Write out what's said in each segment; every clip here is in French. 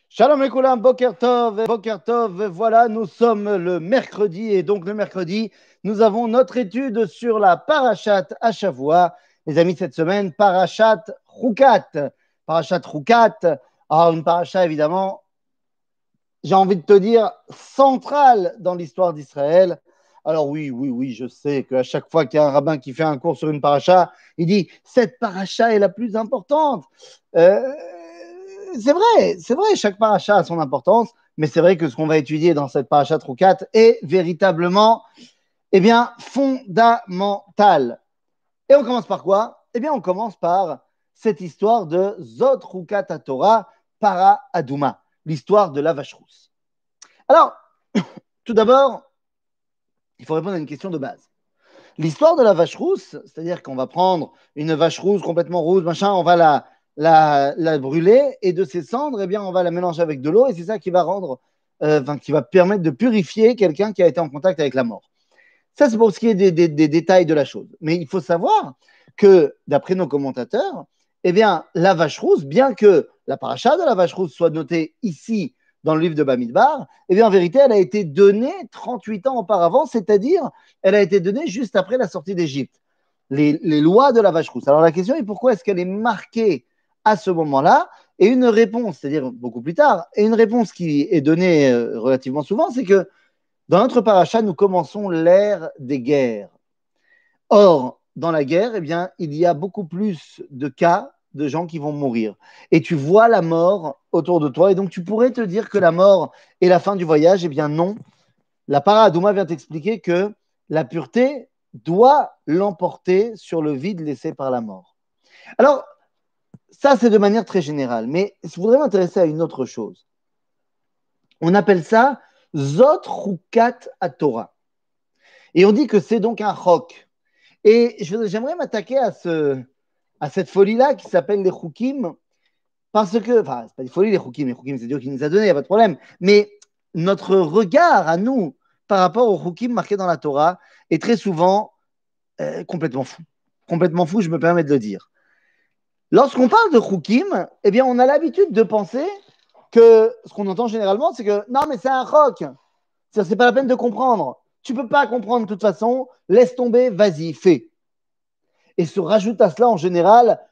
Shalom Ekoulam, Boker Tov, voilà, nous sommes le mercredi et donc le mercredi, nous avons notre étude sur la Parashat Hashavua. Les amis, cette semaine, Parashat Chukat. Parashat Chukat, alors une parasha évidemment, j'ai envie de te dire, centrale dans l'histoire d'Israël. Alors oui, je sais qu'à chaque fois qu'il y a un rabbin qui fait un cours sur une paracha, il dit cette paracha est la plus importante. Euh, c'est vrai, chaque paracha a son importance, mais c'est vrai que ce qu'on va étudier dans cette paracha Troukat est véritablement, eh bien, fondamental. Et on commence par quoi? Eh bien, on commence par cette histoire de Zot Troukat Torah Para Aduma, l'histoire de la vache rousse. Alors, tout d'abord, il faut répondre à une question de base. L'histoire de la vache rousse, c'est-à-dire qu'on va prendre une vache rousse complètement rousse, machin, on va la brûler et de ses cendres, eh bien, on va la mélanger avec de l'eau et c'est ça qui va rendre, qui va permettre de purifier quelqu'un qui a été en contact avec la mort. Ça, c'est pour ce qui est des détails de la chose. Mais il faut savoir que, d'après nos commentateurs, eh bien, la vache rousse, bien que la paracha de la vache rousse soit notée ici dans le livre de Bamidbar, eh bien, en vérité, elle a été donnée 38 ans auparavant, c'est-à-dire, elle a été donnée juste après la sortie d'Égypte. Les lois de la vache rousse. Alors, la question est pourquoi est-ce qu'elle est marquée à ce moment-là? Et une réponse, c'est-à-dire beaucoup plus tard, et une réponse qui est donnée relativement souvent, c'est que dans notre paracha, nous commençons l'ère des guerres. Or, dans la guerre, eh bien, il y a beaucoup plus de cas de gens qui vont mourir. Et tu vois la mort autour de toi. Et donc, tu pourrais te dire que la mort est la fin du voyage. Eh bien, non. La para Adouma vient t'expliquer que la pureté doit l'emporter sur le vide laissé par la mort. Alors, ça, c'est de manière très générale. Mais je voudrais m'intéresser à une autre chose. On appelle ça Zot Chukat Torah. Et on dit que c'est donc un chok. Et j'aimerais m'attaquer à cette folie-là qui s'appelle les Choukim, parce que, enfin, c'est pas des folies les Choukim c'est Dieu qui nous a donné, il n'y a pas de problème, mais notre regard à nous par rapport aux Choukim marqués dans la Torah est très souvent complètement fou. Complètement fou, je me permets de le dire. Lorsqu'on parle de Choukim, eh bien, on a l'habitude de penser que ce qu'on entend généralement, c'est que non, mais c'est un chok. C'est pas la peine de comprendre. Tu peux pas comprendre de toute façon, laisse tomber, vas-y, fais. Et se rajoute à cela en général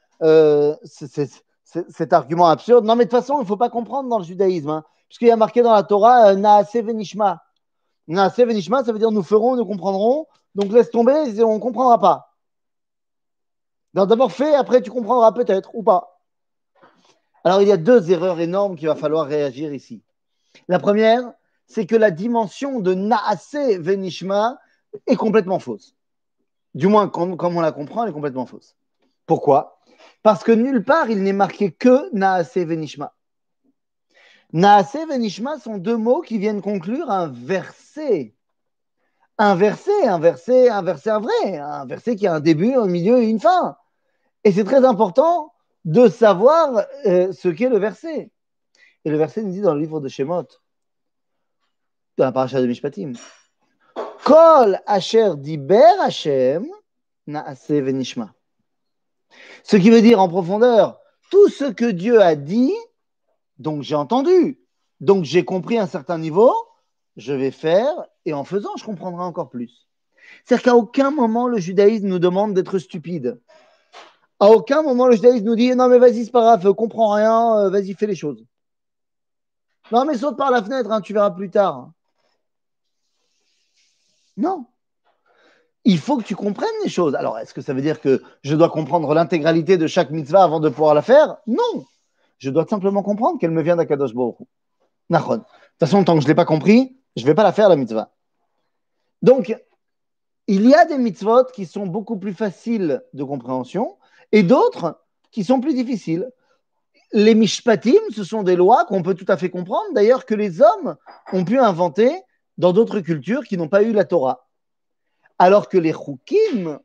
cet argument absurde. Non, mais de toute façon, il ne faut pas comprendre dans le judaïsme, hein, puisqu'il y a marqué dans la Torah Naase Venishma. Naase Venishma, ça veut dire nous ferons, nous comprendrons. Donc laisse tomber, on ne comprendra pas. D'abord fais, après tu comprendras peut-être ou pas. Alors il y a deux erreurs énormes qu'il va falloir réagir ici. La première, c'est que la dimension de Naase Venishma est complètement fausse. Du moins, comme on la comprend, elle est complètement fausse. Pourquoi? Parce que nulle part, il n'est marqué que Naase Venishma. Naase Venishma sont deux mots qui viennent conclure un verset. Un verset, un verset, un verset vrai, un verset qui a un début, un milieu et une fin. Et c'est très important de savoir ce qu'est le verset. Et le verset nous dit dans le livre de Shemot, dans la paracha de Mishpatim, Kol asher diber Hashem Naase Venishma. Ce qui veut dire en profondeur, tout ce que Dieu a dit, donc j'ai entendu, donc j'ai compris un certain niveau, je vais faire, et en faisant, je comprendrai encore plus. C'est-à-dire qu'à aucun moment, le judaïsme nous demande d'être stupide. À aucun moment, le judaïsme nous dit, non mais vas-y, c'est pas grave, comprends rien, vas-y, fais les choses. Non mais saute par la fenêtre, hein, tu verras plus tard. Non. Il faut que tu comprennes les choses. Alors, est-ce que ça veut dire que je dois comprendre l'intégralité de chaque mitzvah avant de pouvoir la faire? Non. Je dois simplement comprendre qu'elle me vient d'Akadosh Baruch Hu. Nachon. De toute façon, tant que je ne l'ai pas compris, je ne vais pas la faire, la mitzvah. Donc, il y a des mitzvot qui sont beaucoup plus faciles de compréhension et d'autres qui sont plus difficiles. Les mishpatim, ce sont des lois qu'on peut tout à fait comprendre, d'ailleurs, que les hommes ont pu inventer dans d'autres cultures qui n'ont pas eu la Torah. Alors que les chukim,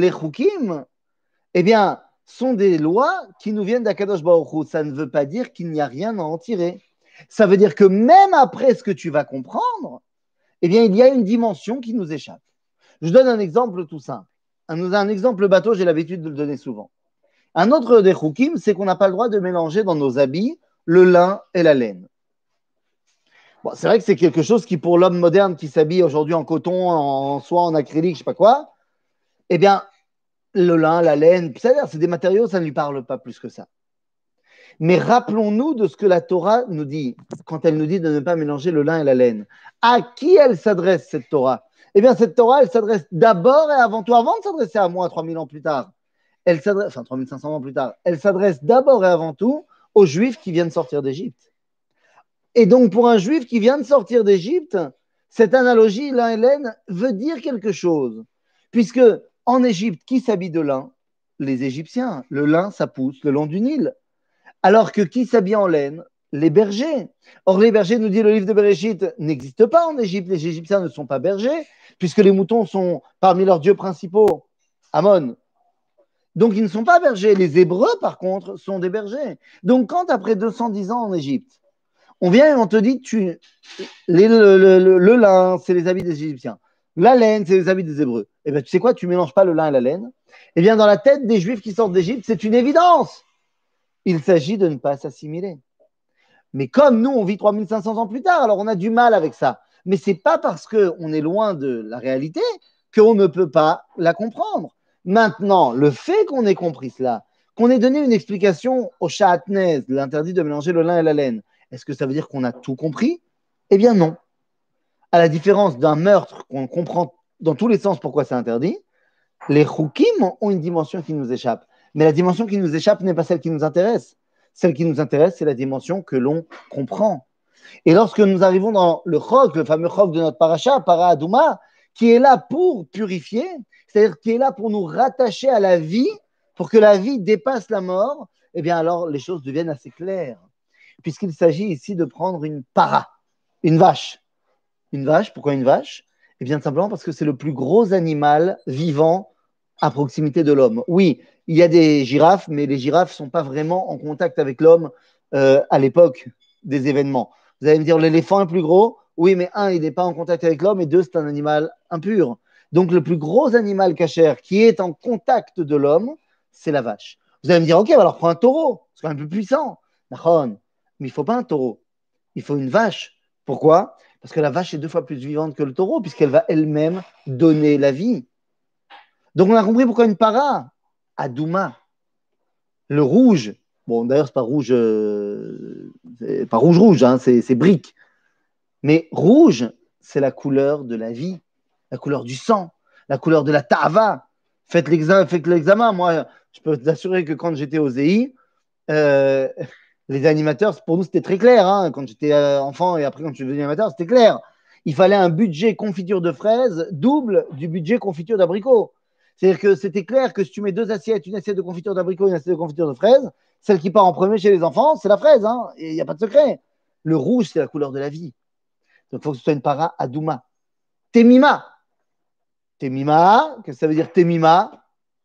eh bien, sont des lois qui nous viennent d'Akadosh Baruch Hu. Ça ne veut pas dire qu'il n'y a rien à en tirer. Ça veut dire que même après ce que tu vas comprendre, eh bien, il y a une dimension qui nous échappe. Je donne un exemple tout simple. Un exemple bateau, j'ai l'habitude de le donner souvent. Un autre des chukim, c'est qu'on n'a pas le droit de mélanger dans nos habits le lin et la laine. Bon, c'est vrai que c'est quelque chose qui, pour l'homme moderne qui s'habille aujourd'hui en coton, en soie, en acrylique, je sais pas quoi, eh bien, le lin, la laine, c'est des matériaux, ça ne lui parle pas plus que ça. Mais rappelons-nous de ce que la Torah nous dit, quand elle nous dit de ne pas mélanger le lin et la laine. À qui elle s'adresse, cette Torah? Eh bien, cette Torah, elle s'adresse d'abord et avant tout, avant de s'adresser à moi 3000 ans plus tard, elle s'adresse, enfin 3500 ans plus tard, elle s'adresse d'abord et avant tout aux Juifs qui viennent sortir d'Égypte. Et donc, pour un Juif qui vient de sortir d'Égypte, cette analogie, lin et laine, veut dire quelque chose. Puisque en Égypte, qui s'habille de lin? Les Égyptiens. Le lin, ça pousse le long du Nil. Alors que qui s'habille en laine? Les bergers. Or, les bergers, nous dit le livre de Bereshit, n'existent pas en Égypte. Les Égyptiens ne sont pas bergers, puisque les moutons sont parmi leurs dieux principaux, Amon. Donc, ils ne sont pas bergers. Les Hébreux, par contre, sont des bergers. Donc, quand après 210 ans en Égypte, on vient et on te dit, le lin, c'est les habits des Égyptiens. La laine, c'est les habits des Hébreux. Eh bien, tu sais quoi, tu ne mélanges pas le lin et la laine. Eh bien, dans la tête des Juifs qui sortent d'Égypte, c'est une évidence. Il s'agit de ne pas s'assimiler. Mais comme nous, on vit 3500 ans plus tard, alors on a du mal avec ça. Mais ce n'est pas parce qu'on est loin de la réalité qu'on ne peut pas la comprendre. Maintenant, le fait qu'on ait compris cela, qu'on ait donné une explication au Shahatnez, l'interdit de mélanger le lin et la laine, est-ce que ça veut dire qu'on a tout compris? Eh bien non. À la différence d'un meurtre qu'on comprend dans tous les sens pourquoi c'est interdit, les choukim ont une dimension qui nous échappe. Mais la dimension qui nous échappe n'est pas celle qui nous intéresse. Celle qui nous intéresse, c'est la dimension que l'on comprend. Et lorsque nous arrivons dans le chok, le fameux chok de notre paracha, para Adouma, qui est là pour purifier, c'est-à-dire qui est là pour nous rattacher à la vie, pour que la vie dépasse la mort, eh bien alors les choses deviennent assez claires. Puisqu'il s'agit ici de prendre une para, une vache. Une vache, pourquoi une vache? Eh bien simplement parce que c'est le plus gros animal vivant à proximité de l'homme. Oui, il y a des girafes, mais les girafes ne sont pas vraiment en contact avec l'homme à l'époque des événements. Vous allez me dire, l'éléphant est plus gros? Oui, mais un, il n'est pas en contact avec l'homme, et deux, c'est un animal impur. Donc, le plus gros animal cachère qui est en contact de l'homme, c'est la vache. Vous allez me dire, ok, alors prends un taureau, c'est quand même plus puissant. Mais il ne faut pas un taureau, il faut une vache. Pourquoi? Parce que la vache est 2 fois plus vivante que le taureau, puisqu'elle va elle-même donner la vie. Donc, on a compris pourquoi une para, Adouma, le rouge, bon, d'ailleurs, c'est pas rouge, pas rouge, hein, c'est brique. Mais rouge, c'est la couleur de la vie, la couleur du sang, la couleur de la tava. Faites l'examen. Moi, je peux vous assurer que quand j'étais au ZI, euh, les animateurs, pour nous, c'était très clair. Hein, quand j'étais enfant et après, quand je suis devenu animateur, c'était clair. Il fallait un budget confiture de fraises double du budget confiture d'abricot. C'est-à-dire que c'était clair que si tu mets 2 assiettes, une assiette de confiture d'abricot et une assiette de confiture de fraises, celle qui part en premier chez les enfants, c'est la fraise. Hein, et il n'y a pas de secret. Le rouge, c'est la couleur de la vie. Donc, il faut que ce soit une para Adouma. Temima. Temima, qu'est-ce que ça veut dire Temima?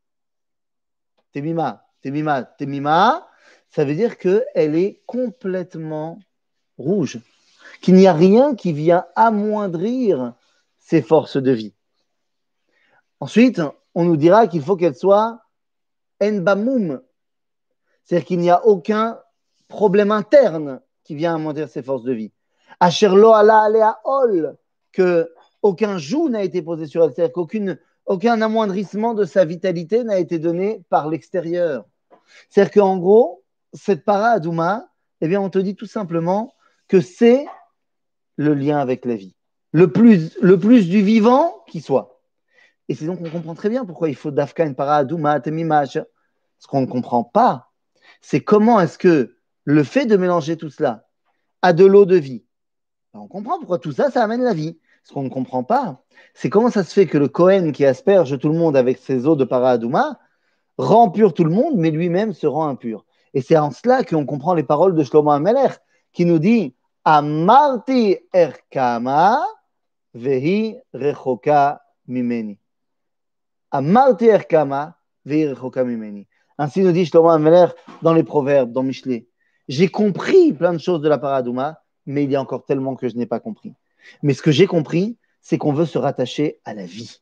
Temima, ça veut dire qu'elle est complètement rouge, qu'il n'y a rien qui vient amoindrir ses forces de vie. Ensuite, on nous dira qu'il faut qu'elle soit enbamoum, c'est-à-dire qu'il n'y a aucun problème interne qui vient amoindrir ses forces de vie. Asherlo ala alea ol, que aucun joug n'a été posé sur elle, c'est-à-dire qu'aucun amoindrissement de sa vitalité n'a été donné par l'extérieur. C'est-à-dire qu'en gros, cette para Adouma, eh bien, on te dit tout simplement que c'est le lien avec la vie. Le plus du vivant qui soit. Et c'est donc qu'on comprend très bien pourquoi il faut Dafka, une para Adouma, Temima. Ce qu'on ne comprend pas, c'est comment est-ce que le fait de mélanger tout cela a de l'eau de vie. On comprend pourquoi tout ça, ça amène la vie. Ce qu'on ne comprend pas, c'est comment ça se fait que le Kohen qui asperge tout le monde avec ses eaux de para Adouma rend pur tout le monde, mais lui-même se rend impur. Et c'est en cela qu'on comprend les paroles de Shlomo HaMelech, qui nous dit Amarti erkama vehi rechoka mimeni. Amarti erkama vehi rechoka mimeni. Ainsi nous dit Shlomo HaMelech dans les Proverbes, dans Michelet. J'ai compris plein de choses de la paradouma, mais il y a encore tellement que je n'ai pas compris. Mais ce que j'ai compris, c'est qu'on veut se rattacher à la vie.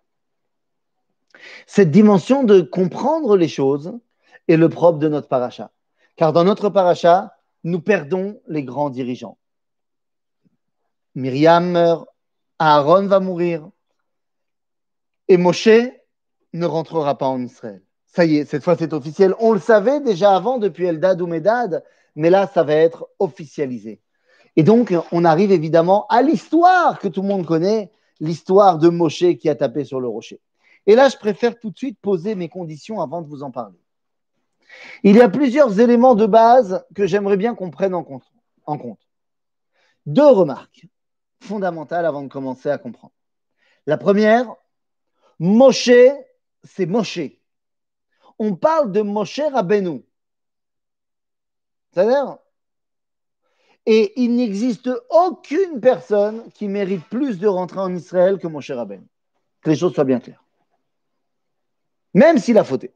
Cette dimension de comprendre les choses est le propre de notre paracha. Car dans notre paracha, nous perdons les grands dirigeants. Myriam meurt, Aaron va mourir, et Moshe ne rentrera pas en Israël. Ça y est, cette fois c'est officiel. On le savait déjà avant depuis Eldad ou Medad, mais là ça va être officialisé. Et donc on arrive évidemment à l'histoire que tout le monde connaît, l'histoire de Moshe qui a tapé sur le rocher. Et là je préfère tout de suite poser mes conditions avant de vous en parler. Il y a plusieurs éléments de base que j'aimerais bien qu'on prenne en compte. Deux remarques fondamentales avant de commencer à comprendre. La première, Moshe, c'est Moshe. On parle de Moshe Rabbeinu. C'est-à-dire, et il n'existe aucune personne qui mérite plus de rentrer en Israël que Moshe Rabbeinu. Que les choses soient bien claires. Même s'il a fauté.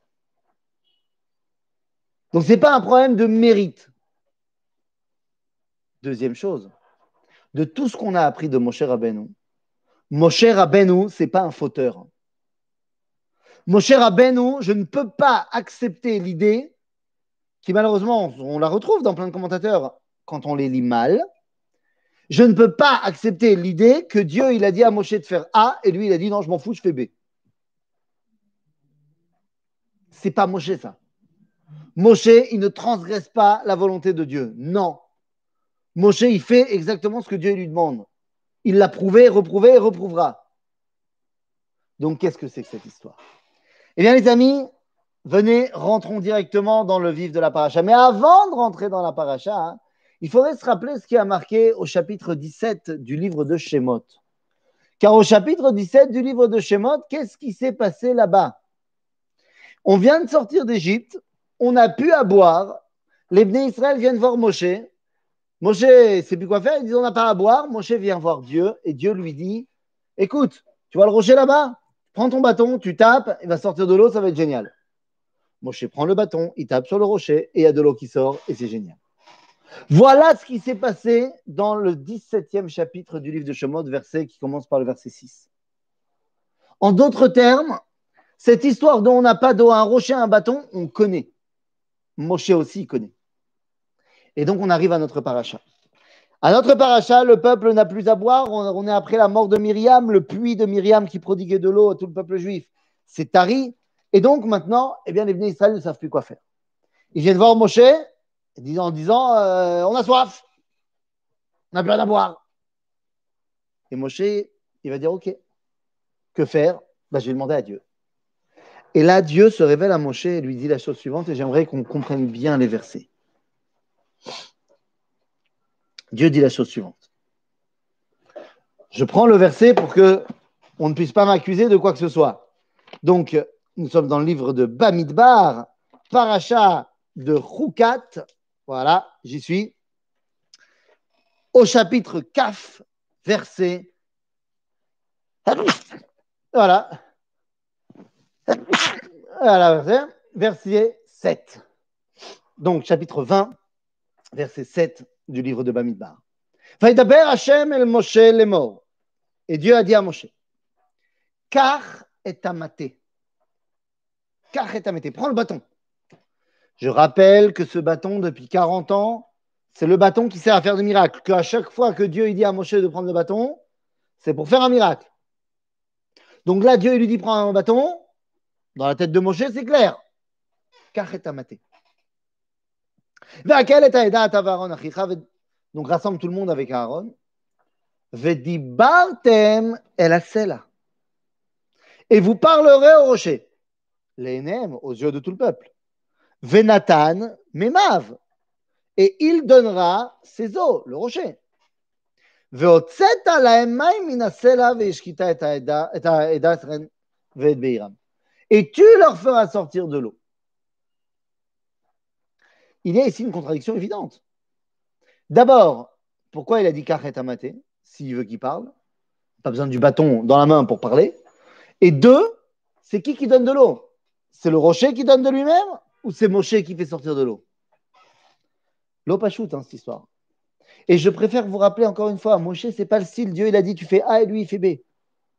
Donc, ce n'est pas un problème de mérite. Deuxième chose, de tout ce qu'on a appris de Moshe Rabbeinu, ce n'est pas un fauteur. Moshe Rabbeinu, je ne peux pas accepter l'idée qui malheureusement, on la retrouve dans plein de commentateurs quand on les lit mal. Je ne peux pas accepter l'idée que Dieu, il a dit à Moshe de faire A et lui, il a dit non, je m'en fous, je fais B. C'est pas Moshe ça. Moshe, il ne transgresse pas la volonté de Dieu. Non. Moshe, il fait exactement ce que Dieu lui demande. Il l'a prouvé, reprouvé et reprouvera. Donc, qu'est-ce que c'est que cette histoire? Eh bien, les amis, venez, rentrons directement dans le vif de la paracha. Mais avant de rentrer dans la paracha, il faudrait se rappeler ce qui a marqué au chapitre 17 du livre de Shemot. Car au chapitre 17 du livre de Shemot, qu'est-ce qui s'est passé là-bas? On vient de sortir d'Égypte, on n'a plus à boire, les Bnei Israël viennent voir Moshe. Moshe ne sait plus quoi faire, il dit on n'a pas à boire. Moshe vient voir Dieu et Dieu lui dit écoute, tu vois le rocher là-bas? Prends ton bâton, tu tapes, il va sortir de l'eau, ça va être génial. Moshe prend le bâton, il tape sur le rocher et il y a de l'eau qui sort et c'est génial. Voilà ce qui s'est passé dans le 17e chapitre du livre de Shemot, verset qui commence par le verset 6. En d'autres termes, cette histoire dont on n'a pas d'eau, un rocher, un bâton, on connaît. Moshe aussi connaît. Et donc on arrive à notre paracha. À notre paracha, le peuple n'a plus à boire. On est après la mort de Myriam, le puits de Myriam qui prodiguait de l'eau à tout le peuple juif. C'est tari. Et donc maintenant, eh bien, les Bnei Israël ne savent plus quoi faire. Ils viennent voir Moshe en disant on a soif, on n'a plus rien à boire. Et Moshe, il va dire ok, que faire? Ben, je vais demander à Dieu. Et là, Dieu se révèle à Moshe et lui dit la chose suivante, et j'aimerais qu'on comprenne bien les versets. Dieu dit la chose suivante. Je prends le verset pour que on ne puisse pas m'accuser de quoi que ce soit. Donc, nous sommes dans le livre de Bamidbar, paracha de Chukat. Voilà, j'y suis. Au chapitre Kaf, verset. Voilà. Voilà, verset 7. Donc, chapitre 20, verset 7 du livre de Bamidbar. Vaïdaber Hashem el Moshe lemor. Et Dieu a dit à Moshe, Kach et amaté. Kach et amaté. Prends le bâton. Je rappelle que ce bâton, depuis 40 ans, c'est le bâton qui sert à faire des miracles. Qu'à chaque fois que Dieu il dit à Moshe de prendre le bâton, c'est pour faire un miracle. Donc là, Dieu il lui dit prends un bâton. Dans la tête de Moshe, c'est clair. Kach et amaté. Donc rassemble tout le monde avec Aaron. Vedibartem el asela. Et vous parlerez au rocher. L'énem, aux yeux de tout le peuple. Venatan memav. Et il donnera ses eaux, le rocher. והוצאת להם מים מן הסלע והשקית את העדה ואת בעירם. Et tu leur feras sortir de l'eau. Il y a ici une contradiction évidente. D'abord, pourquoi il a dit kachet amaté, s'il veut qu'il parle? Pas besoin du bâton dans la main pour parler. Et deux, c'est qui donne de l'eau? C'est le rocher qui donne de lui-même ou c'est Moshe qui fait sortir de l'eau? L'eau pas shoot, cette histoire. Et je préfère vous rappeler encore une fois, Moshe, c'est pas le style. Dieu, il a dit, tu fais A et lui, il fait B.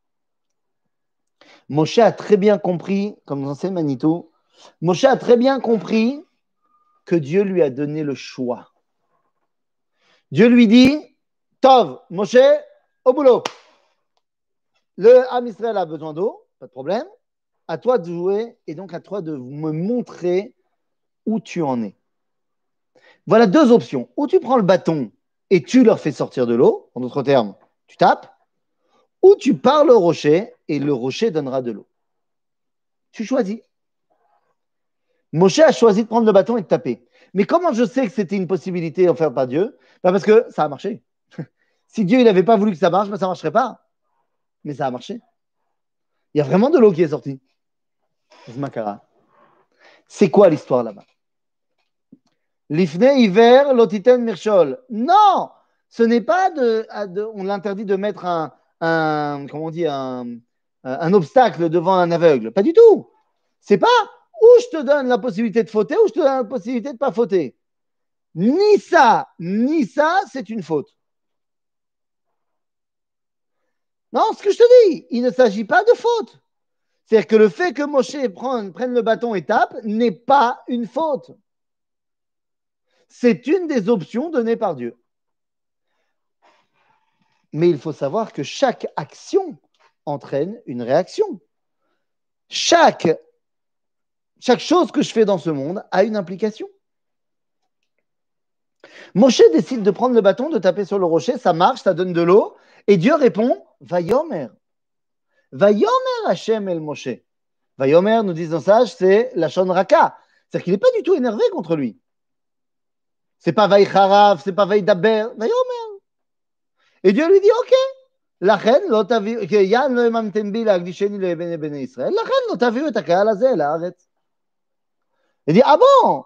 Moshe a très bien compris, comme dans enseigne Manito, Moshe a très bien compris que Dieu lui a donné le choix. Dieu lui dit, Tov, Moshe, au boulot. Le Ham Israël a besoin d'eau, pas de problème. À toi de jouer et donc à toi de me montrer où tu en es. Voilà deux options. Ou tu prends le bâton et tu leur fais sortir de l'eau, en d'autres termes, tu tapes, ou tu parles au rocher et le rocher donnera de l'eau. Tu choisis. Moshe a choisi de prendre le bâton et de taper. Mais comment je sais que c'était une possibilité offerte par Dieu? Parce que ça a marché. Si Dieu n'avait pas voulu que ça marche, ça ne marcherait pas. Mais ça a marché. Il y a vraiment de l'eau qui est sortie. Zmakara. C'est quoi l'histoire là-bas? L'ifne hiver, lotiten mirchol. Non, ce n'est pas on l'interdit de mettre comment on dit, un obstacle devant un aveugle. Pas du tout. C'est pas où je te donne la possibilité de fauter ou je te donne la possibilité de ne pas fauter. Ni ça, c'est une faute. Non, ce que je te dis, il ne s'agit pas de faute. C'est-à-dire que le fait que Moshe prenne le bâton et tape n'est pas une faute. C'est une des options données par Dieu. Mais il faut savoir que chaque action entraîne une réaction. Chaque chose que je fais dans ce monde a une implication. Moshe décide de prendre le bâton, de taper sur le rocher, ça marche, ça donne de l'eau, et Dieu répond, Vayomer. Vayomer Hashem el Moshe. Vayomer, nous disent nos sages, c'est la Shon Raka. C'est-à-dire qu'il n'est pas du tout énervé contre lui. C'est pas Vaïcharav, c'est pas Vaïdaber, Vayomer. Et Dieu lui dit, ok, לכן לא תביאו, כי יען לא האמנתם בי להקדישני לבני בני ישראל, לכן לא תביאו את הקהל הזה לארץ. Il dit, ah bon?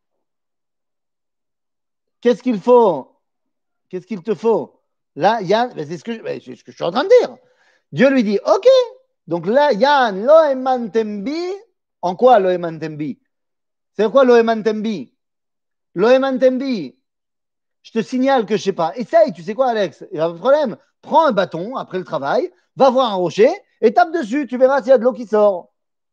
Qu'est-ce qu'il faut? Qu'est-ce qu'il te faut? Là, Yann, c'est ce que je suis en train de dire. Dieu lui dit, ok. Donc là, Yann, lo emantem bi. En quoi lo emantem bi? C'est quoi lo emantem bi? Lo emantem bi. Je te signale que je sais pas. Essaye, tu sais quoi, Alex? Il n'y a pas de problème. Prends un bâton après le travail, va voir un rocher et tape dessus. Tu verras s'il y a de l'eau qui sort.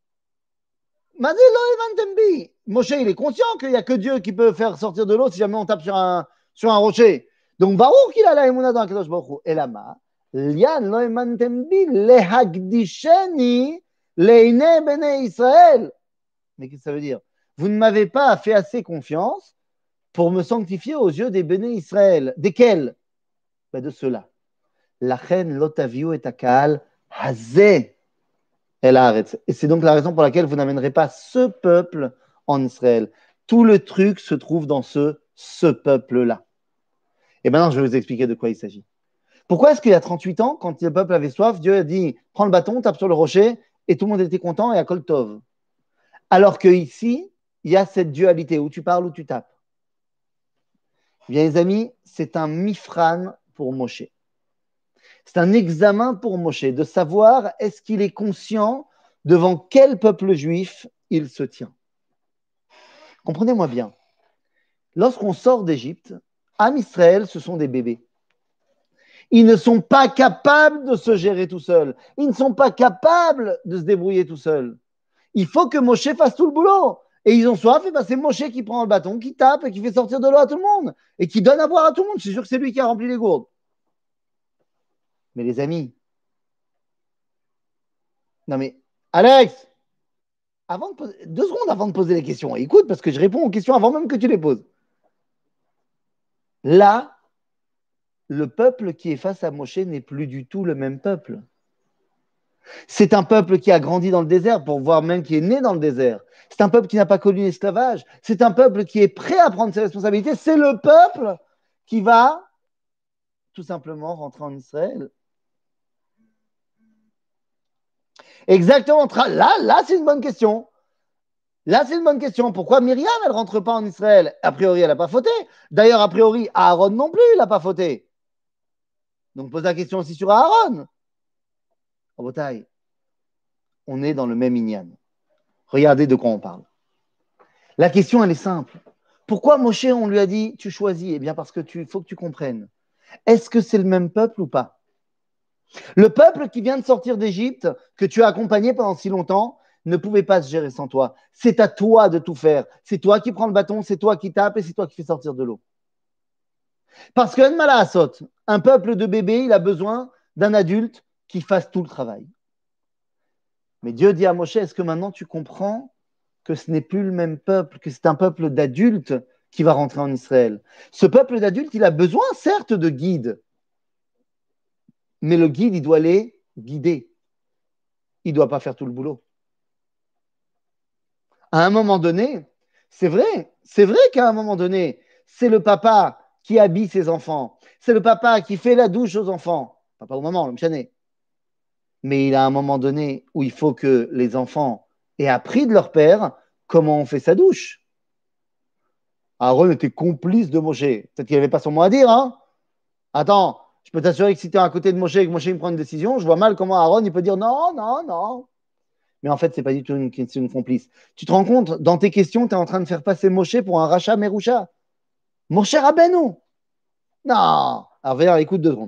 Moshe, il est conscient qu'il n'y a que Dieu qui peut faire sortir de l'eau si jamais on tape sur un rocher. Donc, Baruch qu'il a la émouna dans Kadosh Baruch Hu. Elama, lian lo emantem bi lehagdisheni leine bene Israël. Mais qu'est-ce que ça veut dire? Vous ne m'avez pas fait assez confiance pour me sanctifier aux yeux des béné Israël. Desquels? De ceux-là. Lachen lotaviu et akal hazeh. Et c'est donc la raison pour laquelle vous n'amènerez pas ce peuple en Israël. Tout le truc se trouve dans ce peuple-là. Et maintenant, je vais vous expliquer de quoi il s'agit. Pourquoi est-ce qu'il y a 38 ans, quand le peuple avait soif, Dieu a dit « Prends le bâton, tape sur le rocher » et tout le monde était content et à Kol Tov. Alors qu'ici, il y a cette dualité où tu parles ou tu tapes. Bien, les amis, c'est un mifran pour Moshe. C'est un examen pour Moshe de savoir est-ce qu'il est conscient devant quel peuple juif il se tient. Comprenez-moi bien. Lorsqu'on sort d'Égypte, Am Israël, ce sont des bébés. Ils ne sont pas capables de se gérer tout seuls. Ils ne sont pas capables de se débrouiller tout seuls. Il faut que Moshe fasse tout le boulot. Et ils ont soif, et ben c'est Moshe qui prend le bâton, qui tape et qui fait sortir de l'eau à tout le monde. Et qui donne à boire à tout le monde. Je suis sûr que c'est lui qui a rempli les gourdes. Mais les amis, non mais, Alex, 2 secondes avant de poser les questions, écoute, parce que je réponds aux questions avant même que tu les poses. Là, le peuple qui est face à Moshe n'est plus du tout le même peuple. C'est un peuple qui a grandi dans le désert, pour voir même qui est né dans le désert. C'est un peuple qui n'a pas connu l'esclavage. C'est un peuple qui est prêt à prendre ses responsabilités. C'est le peuple qui va tout simplement rentrer en Israël. Exactement. Là, c'est une bonne question. Là, c'est une bonne question. Pourquoi Myriam, elle ne rentre pas en Israël? A priori, elle n'a pas fauté. D'ailleurs, a priori, Aaron non plus, il n'a pas fauté. Donc, pose la question aussi sur Aaron. Rabotai, on est dans le même inyan. Regardez de quoi on parle. La question, elle est simple. Pourquoi Moshe, on lui a dit, tu choisis? Eh bien, parce que faut que tu comprennes. Est-ce que c'est le même peuple ou pas? Le peuple qui vient de sortir d'Égypte, que tu as accompagné pendant si longtemps, ne pouvait pas se gérer sans toi. C'est à toi de tout faire. C'est toi qui prends le bâton, c'est toi qui tapes et c'est toi qui fais sortir de l'eau. Parce que un peuple de bébés, il a besoin d'un adulte qui fasse tout le travail. Mais Dieu dit à Moshe, est-ce que maintenant tu comprends que ce n'est plus le même peuple, que c'est un peuple d'adultes qui va rentrer en Israël? Ce peuple d'adultes, il a besoin certes de guide, mais le guide, il doit les guider. Il ne doit pas faire tout le boulot. À un moment donné, c'est vrai qu'à un moment donné, c'est le papa qui habille ses enfants, c'est le papa qui fait la douche aux enfants, papa ou maman, le mchané. Mais il y a un moment donné où il faut que les enfants aient appris de leur père comment on fait sa douche. Aaron était complice de Moshe. Peut-être qu'il n'avait pas son mot à dire. Hein. Attends, je peux t'assurer que si tu es à côté de Moshe et que Moshe me prend une décision, je vois mal comment Aaron il peut dire non, non, non. Mais en fait, ce n'est pas du tout une question de complice. Tu te rends compte, dans tes questions, tu es en train de faire passer Moshe pour un rachat Merusha. Moshe Rabbeinu. Non. Alors, viens, écoute 2 secondes.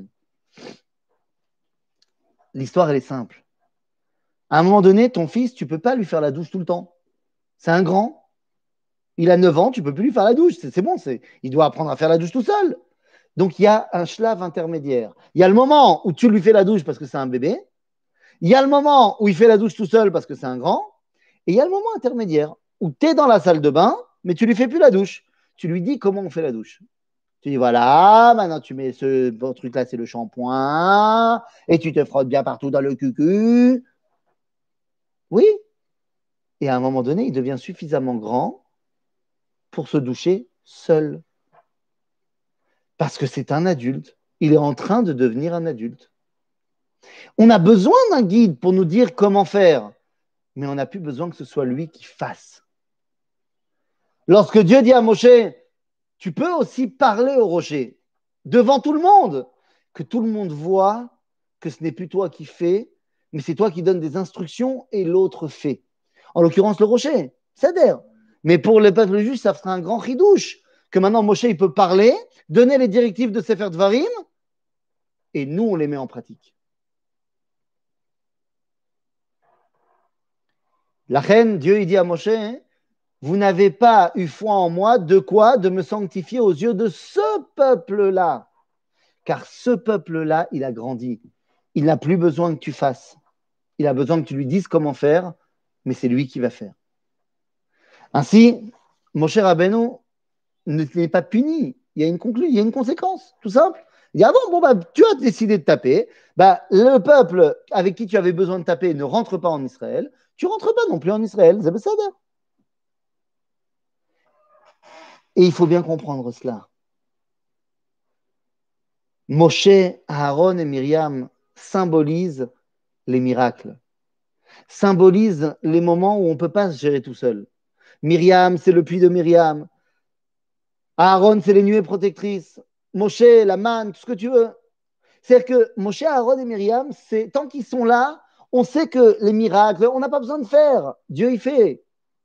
L'histoire, elle est simple. À un moment donné, ton fils, tu ne peux pas lui faire la douche tout le temps. C'est un grand. Il a 9 ans, tu ne peux plus lui faire la douche. C'est bon, il doit apprendre à faire la douche tout seul. Donc, il y a un shlave intermédiaire. Il y a le moment où tu lui fais la douche parce que c'est un bébé. Il y a le moment où il fait la douche tout seul parce que c'est un grand. Et il y a le moment intermédiaire où tu es dans la salle de bain, mais tu ne lui fais plus la douche. Tu lui dis comment on fait la douche. Tu dis voilà, maintenant tu mets ce bon truc-là, c'est le shampoing, et tu te frottes bien partout dans le cucu. Oui. Et à un moment donné, il devient suffisamment grand pour se doucher seul. Parce que c'est un adulte. Il est en train de devenir un adulte. On a besoin d'un guide pour nous dire comment faire, mais on n'a plus besoin que ce soit lui qui fasse. Lorsque Dieu dit à Moshe, tu peux aussi parler au rocher devant tout le monde, que tout le monde voit que ce n'est plus toi qui fais, mais c'est toi qui donnes des instructions et l'autre fait. En l'occurrence, le rocher, c'est-à-dire. Mais pour le peuple juif, ça fera un grand ridouche que maintenant Moshe il peut parler, donner les directives de Sefer Dvarim, et nous on les met en pratique. La reine, Dieu il dit à Moshe, vous n'avez pas eu foi en moi, de quoi? De me sanctifier aux yeux de ce peuple-là. Car ce peuple-là, il a grandi. Il n'a plus besoin que tu fasses. Il a besoin que tu lui dises comment faire, mais c'est lui qui va faire. Ainsi, mon cher Rabbeinu n'est pas puni. Il y a il y a une conséquence, tout simple. Il dit, ah bon, bah, tu as décidé de taper. Bah, le peuple avec qui tu avais besoin de taper ne rentre pas en Israël. Tu ne rentres pas non plus en Israël. Et il faut bien comprendre cela. Moshe, Aaron et Myriam symbolisent les miracles, symbolisent les moments où on ne peut pas se gérer tout seul. Myriam, c'est le puits de Myriam. Aaron, c'est les nuées protectrices. Moshe, la manne, tout ce que tu veux. C'est-à-dire que Moshe, Aaron et Myriam, tant qu'ils sont là, on sait que les miracles, on n'a pas besoin de faire. Dieu y fait.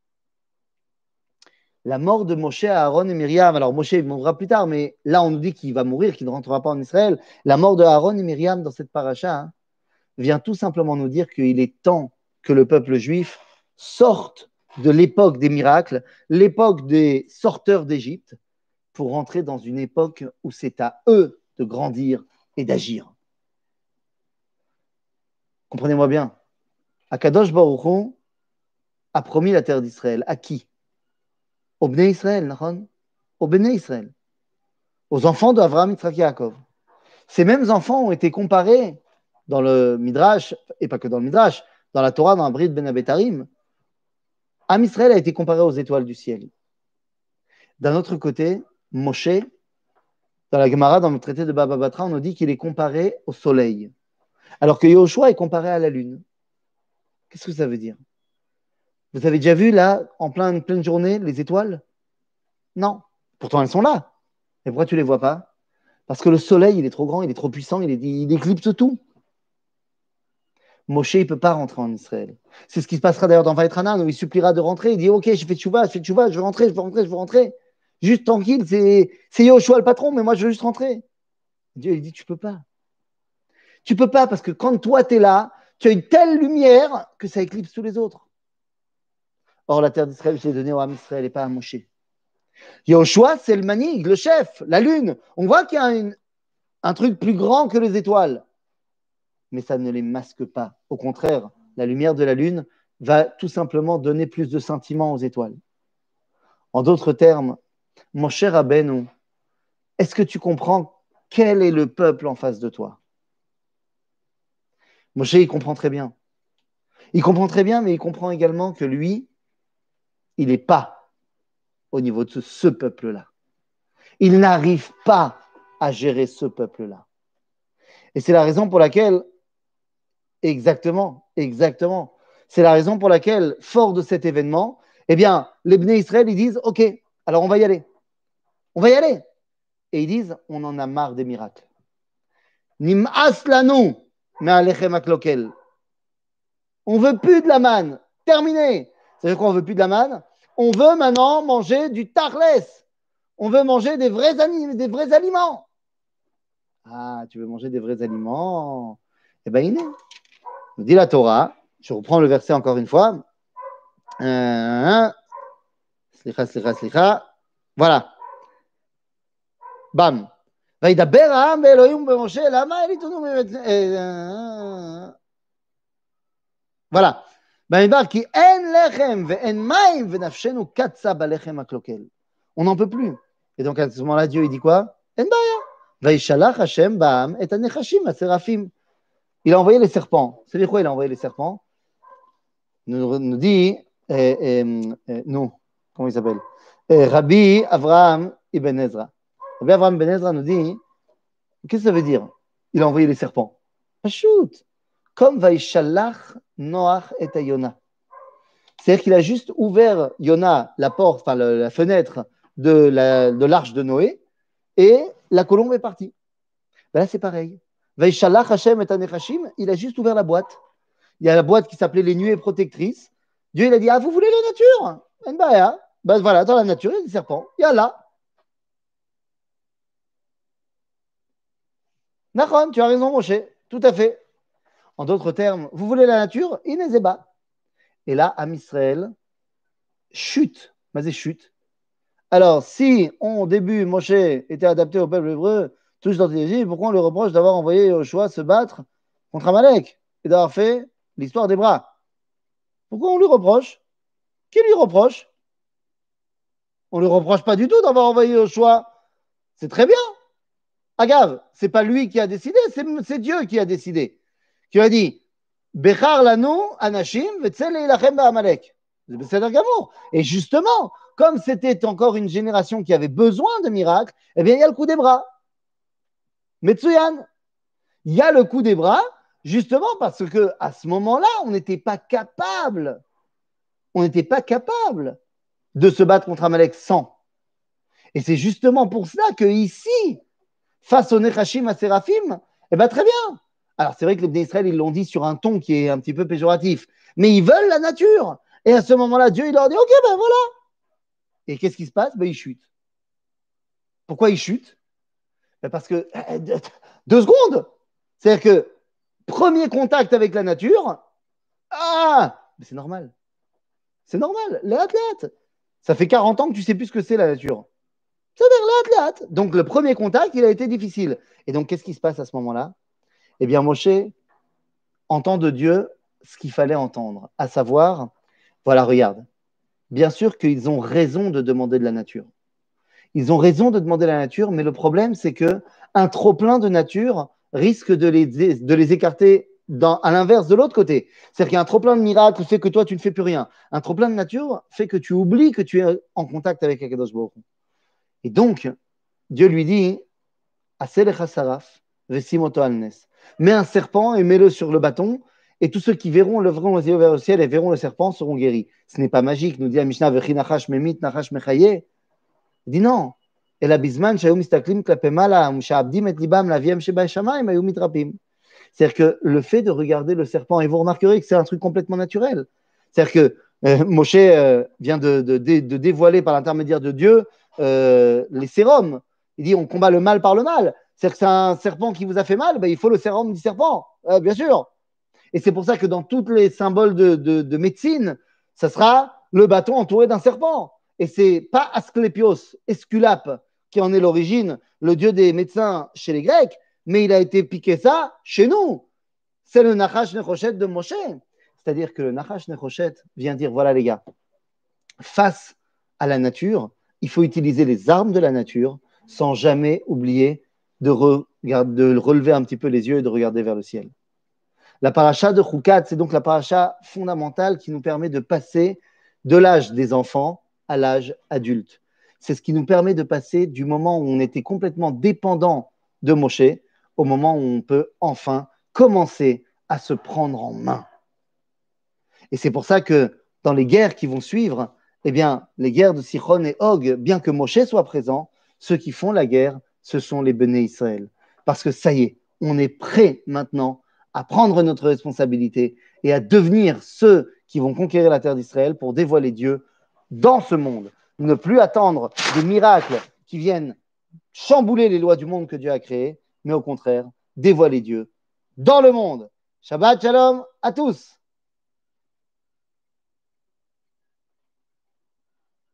La mort de Moshe, Aaron et Myriam, alors Moshe il mourra plus tard, mais là on nous dit qu'il va mourir, qu'il ne rentrera pas en Israël. La mort de Aaron et Myriam dans cette paracha vient tout simplement nous dire qu'il est temps que le peuple juif sorte de l'époque des miracles, l'époque des sorteurs d'Égypte, pour rentrer dans une époque où c'est à eux de grandir et d'agir. Comprenez-moi bien. Akadosh Baruch Hu a promis la terre d'Israël. À qui? Aux Bnei Israël, Nahon? Aux Bnei Israël. Aux enfants d'Avraham, Yitzhak et Yaakov. Ces mêmes enfants ont été comparés dans le Midrash, et pas que dans le Midrash, dans la Torah, dans la Brit Ben Abetarim. Am Israël a été comparé aux étoiles du ciel. D'un autre côté, Moshe, dans la Gemara, dans le traité de Baba Batra, on nous dit qu'il est comparé au soleil, alors que Yoshua est comparé à la lune. Qu'est-ce que ça veut dire? Vous avez déjà vu, là, en pleine journée, les étoiles? Non. Pourtant, elles sont là. Mais pourquoi tu ne les vois pas? Parce que le soleil, il est trop grand, il est trop puissant, il éclipse tout. Moshe, il ne peut pas rentrer en Israël. C'est ce qui se passera d'ailleurs dans Vaïtranan, où il suppliera de rentrer. Il dit, OK, je fais tchouva, je veux rentrer. Juste tranquille, c'est Yoshua le patron, mais moi, je veux juste rentrer. Dieu, il dit, tu ne peux pas. Tu ne peux pas parce que quand toi, tu es là, tu as une telle lumière que ça éclipse tous les autres. Or, la terre d'Israël, je l'ai donnée au Ham Israël et pas à Moshe. Yoshua, c'est le manig, le chef, la lune. On voit qu'il y a un truc plus grand que les étoiles. Mais ça ne les masque pas. Au contraire, la lumière de la lune va tout simplement donner plus de sentiments aux étoiles. En d'autres termes, mon cher Rabbeinu, est-ce que tu comprends quel est le peuple en face de toi? Moshe, il comprend très bien. Il comprend très bien, mais il comprend également que lui, il n'est pas au niveau de ce peuple-là. Il n'arrive pas à gérer ce peuple-là. Et c'est la raison pour laquelle, exactement, c'est la raison pour laquelle, fort de cet événement, eh bien, les Bnei Israël, ils disent, OK, alors on va y aller. On va y aller. Et ils disent, on en a marre des miracles. Nim'as lanu me'alechem haklokel. On veut plus de la manne. Terminé. C'est-à-dire qu'on veut plus de la manne. On veut maintenant manger du tarles. On veut manger des vrais aliments. Ah, tu veux manger des vrais aliments? Eh bien, il est. Nous dit la Torah. Je reprends le verset encore une fois. Slicha. Voilà. Bam. וידבר העם ואלוהים במשה, למה העליתונו מבית... Voilà. במדבר, כי אין לחם ואין מים ונפשנו קצה בלחם הקלוקל. On n'en peut plus. Et donc à ce moment-là, Dieu, il dit quoi? אין בעיה. וישלח השם בעם את הנחשים, השרפים. Il a envoyé les serpents. C'est-à-dire quoi, il a envoyé les serpents? Nous dit, non, comment il s'appelle? Rabbi Avraham Ibn Ezra. Rabbi Avraham Ibn Ezra nous dit, qu'est-ce que ça veut dire? Il a envoyé les serpents. Shoot. Comme Vaishalach Noach et Yona. C'est-à-dire qu'il a juste ouvert Yona, la porte, enfin la fenêtre de l'arche de Noé, et la colombe est partie. Ben là, c'est pareil. Vaishalach Hashem et Anechashim, il a juste ouvert la boîte. Il y a la boîte qui s'appelait les nuées protectrices. Dieu, il a dit, ah, vous voulez la nature? Ben voilà, dans la nature, il y a des serpents. Il y a là. Nachon, tu as raison, Moshe. Tout à fait. En d'autres termes, vous voulez la nature? Inezeba. Et là, Am Israël chute. Mais c'est chute. Alors, si au début, Moshe était adapté au peuple hébreu, tous dans l'Égypte, pourquoi on le reproche d'avoir envoyé Joshua se battre contre Amalek et d'avoir fait l'histoire des bras? Pourquoi on lui reproche? Qui lui reproche? On ne lui reproche pas du tout d'avoir envoyé Joshua. C'est très bien. Agave, c'est pas lui qui a décidé, c'est Dieu qui a décidé. Qui a dit Bechar lanu anashim ve'tzel leilachem ba'amalek. C'est Besséder Gamour. Et justement, comme c'était encore une génération qui avait besoin de miracles, eh bien, il y a le coup des bras. Metsuyan. Il y a le coup des bras, justement parce que à ce moment-là, on n'était pas capable. On n'était pas capable de se battre contre Amalek sans. Et c'est justement pour cela que ici, face aux Nechashim à Séraphim, eh bien très bien. Alors c'est vrai que les Bnei Israël, ils l'ont dit sur un ton qui est un petit peu péjoratif, mais ils veulent la nature. Et à ce moment-là, Dieu, il leur dit, ok, ben voilà. Et qu'est-ce qui se passe? Ben ils chutent. Pourquoi ils chutent? Ben parce que, 2 secondes. C'est-à-dire que, premier contact avec la nature, ah, mais c'est normal. C'est normal, l'athlète. Ça fait 40 ans que tu sais plus ce que c'est la nature. C'est-à-dire l'athlète. Donc le premier contact, il a été difficile. Et donc qu'est-ce qui se passe à ce moment-là? Eh bien, Moshe entend de Dieu ce qu'il fallait entendre, à savoir, voilà, regarde, bien sûr qu'ils ont raison de demander de la nature. Ils ont raison de demander la nature, mais le problème, c'est qu'un trop-plein de nature risque de les écarter à l'inverse de l'autre côté. C'est-à-dire qu'il y a un trop-plein de miracles fait que toi, tu ne fais plus rien. Un trop-plein de nature fait que tu oublies que tu es en contact avec Akadosh Baruch Hu. Et donc, Dieu lui dit, Aselecha saraf, vesimoto alnes. Mets un serpent et mets-le sur le bâton, et tous ceux qui verront leveront les yeux vers le ciel et verront le serpent seront guéris. Ce n'est pas magique, nous dit la Mishnah, Vechi nachash memit nachash mechaye. Il dit non. Et la bisman, shayou mistaklim klapemala, mshaabdim et libam laviem sheba shamayim, ayou mitrapim. C'est-à-dire que le fait de regarder le serpent, et vous remarquerez que c'est un truc complètement naturel. C'est-à-dire que Moshe vient de dévoiler par l'intermédiaire de Dieu les sérums. Il dit on combat le mal par le mal. C'est-à-dire que c'est un serpent qui vous a fait mal, ben, il faut le sérum du serpent, bien sûr. Et c'est pour ça que dans tous les symboles de médecine, ça sera le bâton entouré d'un serpent. Et c'est pas Asclépios, Esculape, qui en est l'origine, le dieu des médecins chez les Grecs, mais il a été piqué ça chez nous. C'est le Nachash Nechoshet de Moshe. C'est-à-dire que le Nachash Nechoshet vient dire, voilà les gars, face à la nature, il faut utiliser les armes de la nature sans jamais oublier de relever un petit peu les yeux et de regarder vers le ciel. La paracha de Choukat, c'est donc la paracha fondamentale qui nous permet de passer de l'âge des enfants à l'âge adulte. C'est ce qui nous permet de passer du moment où on était complètement dépendant de Moshe au moment où on peut enfin commencer à se prendre en main. Et c'est pour ça que dans les guerres qui vont suivre, eh bien, les guerres de Sichon et Og, bien que Moshe soit présent, ceux qui font la guerre, ce sont les Béné Israël. Parce que ça y est, on est prêt maintenant à prendre notre responsabilité et à devenir ceux qui vont conquérir la terre d'Israël pour dévoiler Dieu dans ce monde. Ne plus attendre des miracles qui viennent chambouler les lois du monde que Dieu a créé, mais au contraire, dévoiler Dieu dans le monde. Shabbat Shalom à tous.